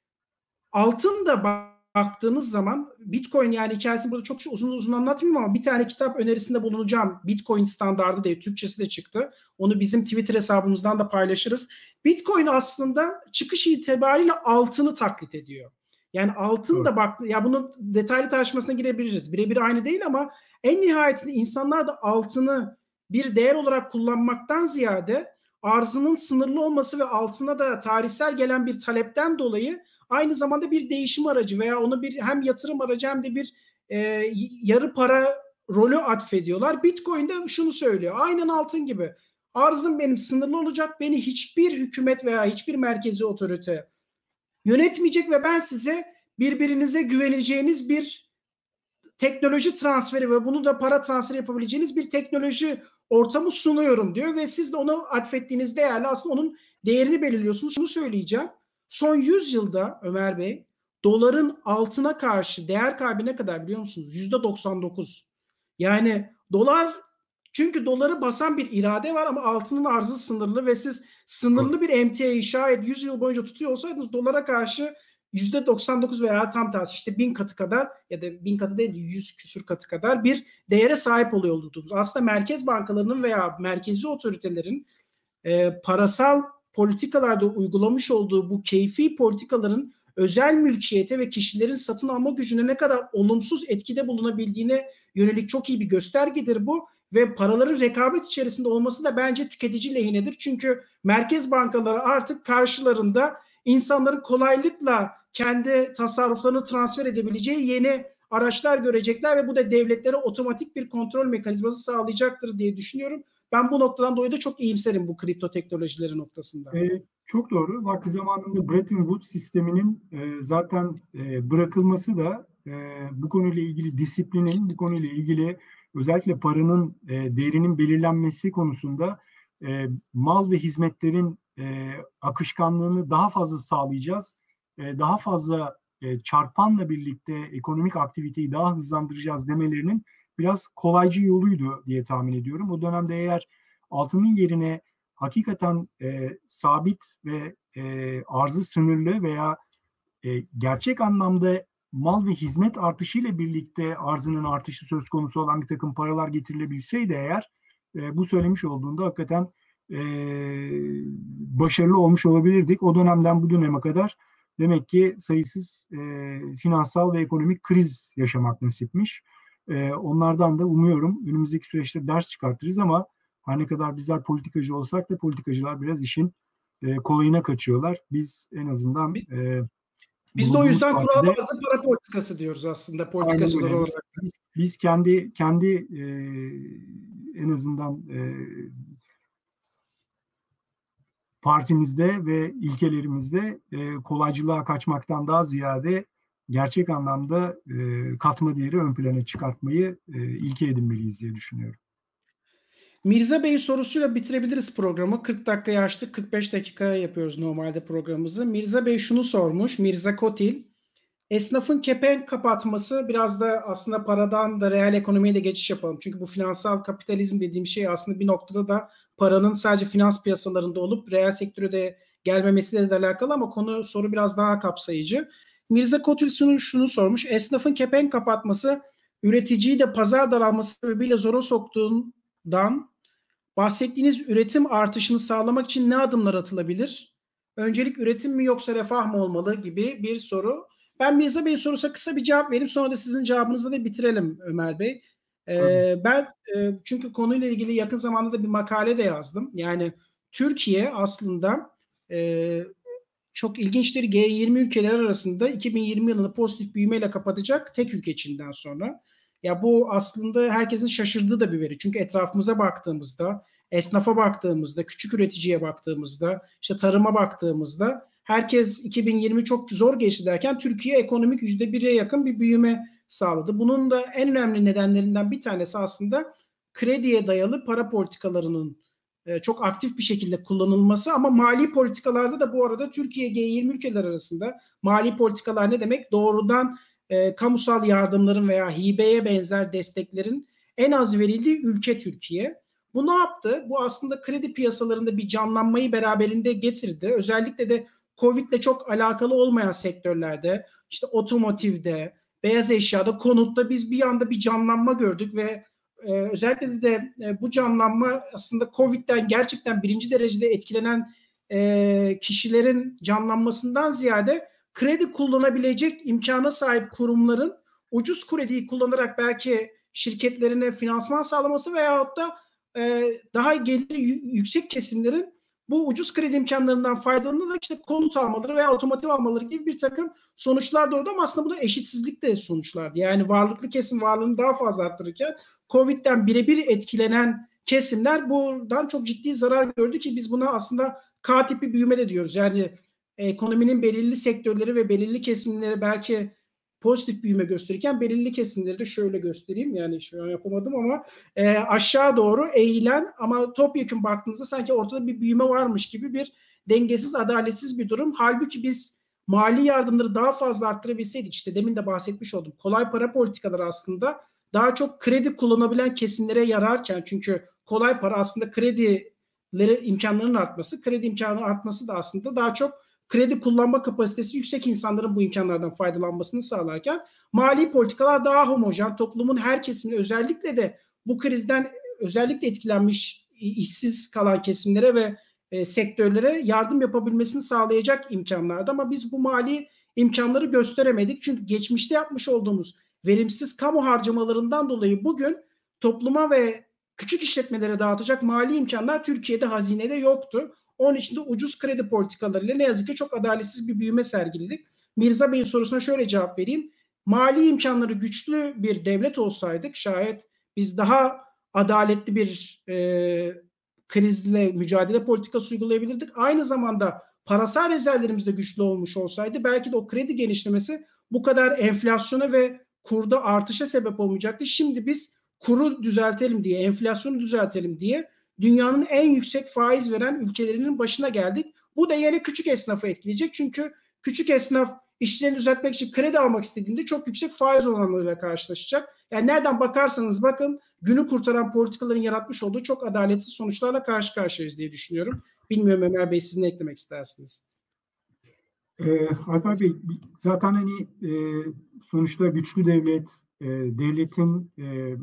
Altın da baktığınız zaman Bitcoin yani hikayesini burada çok uzun uzun anlatmayayım ama bir tane kitap önerisinde bulunacağım. Bitcoin standardı diye Türkçesi de çıktı. Onu bizim Twitter hesabımızdan da paylaşırız. Bitcoin aslında çıkış itibariyle altını taklit ediyor. Yani altın evet. da bak ya bunun detaylı tartışmasına girebiliriz. Birebir aynı değil ama en nihayetinde insanlar da altını bir değer olarak kullanmaktan ziyade arzının sınırlı olması ve altına da tarihsel gelen bir talepten dolayı aynı zamanda bir değişim aracı veya onu bir hem yatırım aracı hem de bir e, yarı para rolü atfediyorlar. Bitcoin'de şunu söylüyor. Aynen altın gibi. Arzım benim sınırlı olacak. Beni hiçbir hükümet veya hiçbir merkezi otorite yönetmeyecek ve ben size birbirinize güveneceğiniz bir teknoloji transferi ve bunu da para transferi yapabileceğiniz bir teknoloji ortamı sunuyorum diyor ve siz de onu atfettiğiniz değerle aslında onun değerini belirliyorsunuz. Şunu söyleyeceğim. Son yüz yılda Ömer Bey doların altına karşı değer kaybı ne kadar biliyor musunuz? yüzde doksan dokuz. Yani dolar çünkü doları basan bir irade var ama altının arzı sınırlı ve siz sınırlı bir emtiayı şayet yüz yıl boyunca tutuyor olsaydınız dolara karşı yüzde doksan dokuz veya tam tersi işte bin katı kadar ya da bin katı değil yüz küsür katı kadar bir değere sahip oluyor olduğunuz. Aslında merkez bankalarının veya merkezi otoritelerin e, parasal politikalarda uygulamış olduğu bu keyfi politikaların özel mülkiyete ve kişilerin satın alma gücüne ne kadar olumsuz etkide bulunabildiğine yönelik çok iyi bir göstergedir bu. Ve paraların rekabet içerisinde olması da bence tüketici lehinedir. Çünkü merkez bankaları artık karşılarında insanların kolaylıkla kendi tasarruflarını transfer edebileceği yeni araçlar görecekler ve bu da devletlere otomatik bir kontrol mekanizması sağlayacaktır diye düşünüyorum. Ben bu noktadan dolayı da çok iyimserim bu kripto teknolojileri noktasında. E, çok doğru. Vakti zamanında Bretton Woods sisteminin e, zaten e, bırakılması da e, bu konuyla ilgili disiplinin, bu konuyla ilgili özellikle paranın e, değerinin belirlenmesi konusunda e, mal ve hizmetlerin e, akışkanlığını daha fazla sağlayacağız. E, daha fazla e, çarpanla birlikte ekonomik aktiviteyi daha hızlandıracağız demelerinin biraz kolaycı yoluydu diye tahmin ediyorum. O dönemde eğer altının yerine hakikaten e, sabit ve e, arzı sınırlı veya e, gerçek anlamda mal ve hizmet artışıyla birlikte arzının artışı söz konusu olan bir takım paralar getirilebilseydi eğer e, bu söylemiş olduğunda hakikaten e, başarılı olmuş olabilirdik. O dönemden bu döneme kadar demek ki sayısız e, finansal ve ekonomik kriz yaşamak nasipmiş. E, onlardan da umuyorum önümüzdeki süreçte ders çıkartırız ama her ne kadar bizler politikacı olsak da politikacılar biraz işin e, kolayına kaçıyorlar. Biz en azından e, Biz de o bulunduğumuz yüzden kural partide bazlı para politikası diyoruz aslında aynen politikacılar öyle. Biz, olarak. biz, biz kendi kendi e, en azından e, partimizde ve ilkelerimizde e, kolaycılığa kaçmaktan daha ziyade gerçek anlamda e, katma değeri ön plana çıkartmayı e, ilke edinmeliyiz diye düşünüyorum. Mirza Bey sorusuyla bitirebiliriz programı. kırk dakikayı açtık. kırk beş dakikaya yapıyoruz normalde programımızı. Mirza Bey şunu sormuş. Mirza Kotil. Esnafın kepenk kapatması biraz da aslında paradan da reel ekonomiye de geçiş yapalım. Çünkü bu finansal kapitalizm dediğim şey aslında bir noktada da paranın sadece finans piyasalarında olup reel sektöre de gelmemesiyle de alakalı ama konu soru biraz daha kapsayıcı. Mirza Kotil şunu, şunu sormuş. Esnafın kepenk kapatması üreticiyi de pazar daralması sebebiyle zora soktuğundan bahsettiğiniz üretim artışını sağlamak için ne adımlar atılabilir? Öncelik üretim mi yoksa refah mı olmalı gibi bir soru. Ben Mirza Bey sorusuna kısa bir cevap vereyim. Sonra da sizin cevabınızla da bitirelim Ömer Bey. Tabii. Ee, ben e, çünkü konuyla ilgili yakın zamanda da bir makale de yazdım. Yani Türkiye aslında e, çok ilginçtir. G yirmi ülkeler arasında iki bin yirmi yılını pozitif büyümeyle kapatacak tek ülke Çin'den sonra. Ya bu aslında herkesin şaşırdığı da bir veri. Çünkü etrafımıza baktığımızda, esnafa baktığımızda, küçük üreticiye baktığımızda, işte tarıma baktığımızda herkes iki bin yirmi çok zor geçti derken Türkiye ekonomik yüzde bire yakın bir büyüme sağladı. Bunun da en önemli nedenlerinden bir tanesi aslında krediye dayalı para politikalarının e, çok aktif bir şekilde kullanılması ama mali politikalarda da bu arada Türkiye G yirmi ülkeler arasında mali politikalar ne demek? Doğrudan e, kamusal yardımların veya hibeye benzer desteklerin en az verildiği ülke Türkiye. Bu ne yaptı? Bu aslında kredi piyasalarında bir canlanmayı beraberinde getirdi. Özellikle de Covid'le çok alakalı olmayan sektörlerde, işte otomotivde, beyaz eşyada, konutta biz bir anda bir canlanma gördük ve e, özellikle de e, bu canlanma aslında Covid'den gerçekten birinci derecede etkilenen e, kişilerin canlanmasından ziyade kredi kullanabilecek imkana sahip kurumların ucuz krediyi kullanarak belki şirketlerine finansman sağlaması veyahut da e, daha geliri yüksek kesimlerin bu ucuz kredi imkanlarından faydalanarak işte konut almaları veya otomotiv almaları gibi bir takım sonuçlar doğurdu ama aslında bu da eşitsizlik de sonuçlardı. Yani varlıklı kesim varlığını daha fazla arttırırken Covid'den birebir etkilenen kesimler buradan çok ciddi zarar gördü ki biz buna aslında K tipi büyüme de diyoruz. Yani ekonominin belirli sektörleri ve belirli kesimleri belki pozitif büyüme gösterirken belirli kesimleri de şöyle göstereyim. Yani şu an yapamadım ama e, aşağı doğru eğilen ama topyekun baktığınızda sanki ortada bir büyüme varmış gibi bir dengesiz, adaletsiz bir durum. Halbuki biz mali yardımları daha fazla arttırabilseydik işte demin de bahsetmiş oldum. Kolay para politikaları aslında daha çok kredi kullanabilen kesimlere yararken çünkü kolay para aslında kredileri imkanlarının artması, kredi imkanı artması da aslında daha çok kredi kullanma kapasitesi yüksek insanların bu imkanlardan faydalanmasını sağlarken mali politikalar daha homojen, toplumun her kesimine özellikle de bu krizden özellikle etkilenmiş işsiz kalan kesimlere ve e, sektörlere yardım yapabilmesini sağlayacak imkanlardı. Ama biz bu mali imkanları gösteremedik. Çünkü geçmişte yapmış olduğumuz verimsiz kamu harcamalarından dolayı bugün topluma ve küçük işletmelere dağıtacak mali imkanlar Türkiye'de hazinede yoktu. Onun için de ucuz kredi politikalarıyla ne yazık ki çok adaletsiz bir büyüme sergiledik. Mirza Bey'in sorusuna şöyle cevap vereyim. Mali imkanları güçlü bir devlet olsaydık şayet biz daha adaletli bir e, krizle mücadele politikası uygulayabilirdik. Aynı zamanda parasal rezervlerimiz de güçlü olmuş olsaydı belki de o kredi genişlemesi bu kadar enflasyona ve kurda artışa sebep olmayacaktı. Şimdi biz kuru düzeltelim diye, enflasyonu düzeltelim diye dünyanın en yüksek faiz veren ülkelerinin başına geldik. Bu da yine küçük esnafı etkileyecek. Çünkü küçük esnaf işlerini düzeltmek için kredi almak istediğinde çok yüksek faiz oranlarıyla karşılaşacak. Yani nereden bakarsanız bakın günü kurtaran politikaların yaratmış olduğu çok adaletsiz sonuçlarla karşı karşıyayız diye düşünüyorum. Bilmiyorum Ömer Bey, siz ne eklemek istersiniz? Ee, Alper Bey, zaten hani e, sonuçta güçlü devlet, e, devletin e,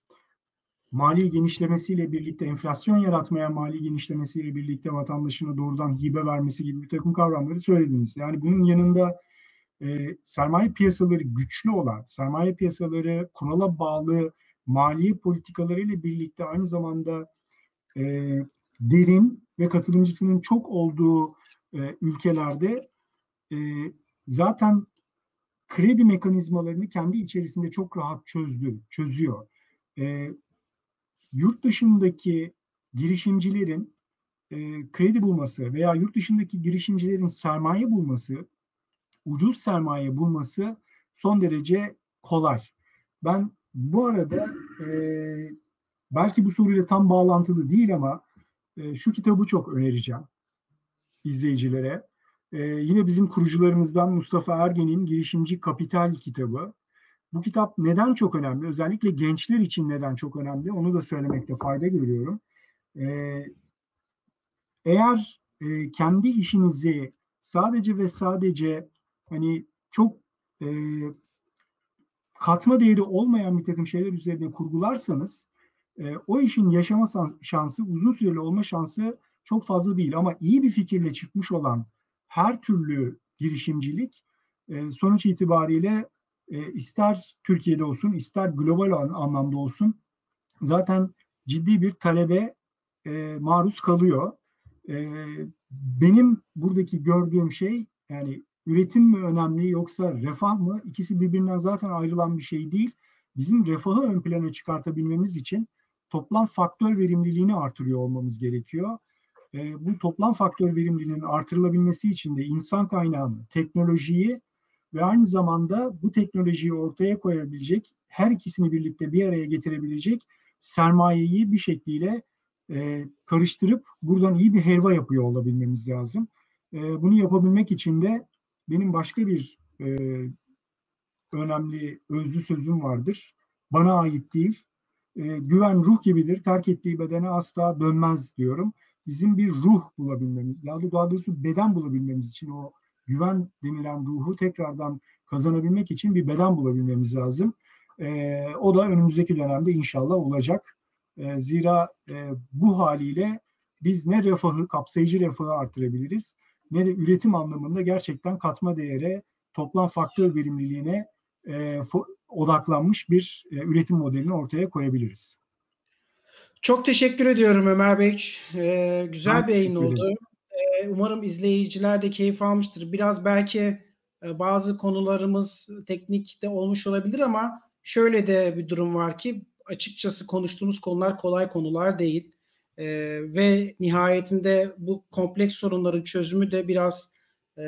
mali genişlemesiyle birlikte, enflasyon yaratmaya mali genişlemesiyle birlikte vatandaşına doğrudan hibe vermesi gibi bir takım kavramları söylediniz. Yani bunun yanında e, sermaye piyasaları güçlü olan, sermaye piyasaları kurala bağlı maliye politikalarıyla birlikte aynı zamanda e, derin ve katılımcısının çok olduğu e, ülkelerde e, zaten kredi mekanizmalarını kendi içerisinde çok rahat çözdü, çözüyor. E, yurt dışındaki girişimcilerin e, kredi bulması veya yurt dışındaki girişimcilerin sermaye bulması, ucuz sermaye bulması son derece kolay. Ben bu arada e, belki bu soruyla tam bağlantılı değil ama e, şu kitabı çok önereceğim izleyicilere. E, yine bizim kurucularımızdan Mustafa Ergen'in Girişimci Kapital kitabı. Bu kitap neden çok önemli? Özellikle gençler için neden çok önemli? Onu da söylemekte fayda görüyorum. Ee, eğer e, kendi işinizi sadece ve sadece hani çok e, katma değeri olmayan bir takım şeyler üzerine kurgularsanız e, o işin yaşama şansı, uzun süreli olma şansı çok fazla değil. Ama iyi bir fikirle çıkmış olan her türlü girişimcilik e, sonuç itibariyle e, ister Türkiye'de olsun, ister global anlamda olsun zaten ciddi bir talebe e, maruz kalıyor. E, benim buradaki gördüğüm şey, yani üretim mi önemli yoksa refah mı? İkisi birbirinden zaten ayrılan bir şey değil. Bizim refahı ön plana çıkartabilmemiz için toplam faktör verimliliğini artırıyor olmamız gerekiyor. E, bu toplam faktör verimliliğinin artırılabilmesi için de insan kaynağını, teknolojiyi ve aynı zamanda bu teknolojiyi ortaya koyabilecek, her ikisini birlikte bir araya getirebilecek sermayeyi bir şekliyle e, karıştırıp buradan iyi bir helva yapıyor olabilmemiz lazım. E, bunu yapabilmek için de benim başka bir e, önemli özlü sözüm vardır. Bana ait değil. E, güven ruh gibidir. Terk ettiği bedene asla dönmez diyorum. Bizim bir ruh bulabilmemiz, daha doğrusu beden bulabilmemiz için o güven denilen ruhu tekrardan kazanabilmek için bir beden bulabilmemiz lazım. E, o da önümüzdeki dönemde inşallah olacak. E, zira e, bu haliyle biz ne refahı, kapsayıcı refahı artırabiliriz, ne de üretim anlamında gerçekten katma değere, toplam faktör verimliliğine e, odaklanmış bir e, üretim modelini ortaya koyabiliriz. Çok teşekkür ediyorum Ömer Bey. Ee, güzel Ben bir yayın teşekkür oldu. ederim. Ee, umarım izleyiciler de keyif almıştır. Biraz belki e, bazı konularımız teknikte olmuş olabilir ama şöyle de bir durum var ki açıkçası konuştuğumuz konular kolay konular değil. Ee, ve nihayetinde bu kompleks sorunların çözümü de biraz e,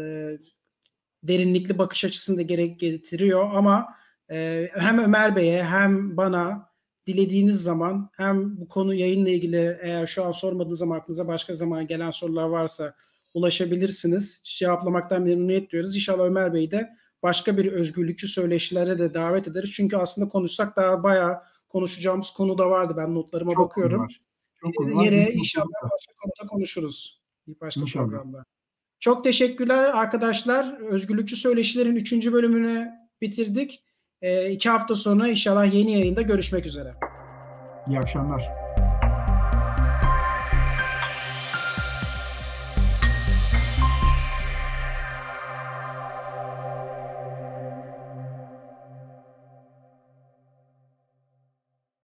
derinlikli bakış açısını da gerek getiriyor ama e, hem Ömer Bey'e hem bana dilediğiniz zaman hem bu konu yayınla ilgili eğer şu an sormadığınız zaman aklınıza başka zaman gelen sorular varsa ulaşabilirsiniz. Cevaplamaktan memnuniyet duyuyoruz. İnşallah Ömer Bey de başka bir özgürlükçü söyleşilere de davet ederiz. Çünkü aslında konuşsak daha bayağı konuşacağımız konu da vardı. Ben notlarıma Çok konu bakıyorum. var. Çok konu var. Yine Büyük inşallah mutlulukla. başka konuda konuşuruz. Bir başka İnşallah. programda. Çok teşekkürler arkadaşlar. Özgürlükçü Söyleşilerin üçüncü bölümünü bitirdik. E, iki hafta sonra inşallah yeni yayında görüşmek üzere. İyi akşamlar.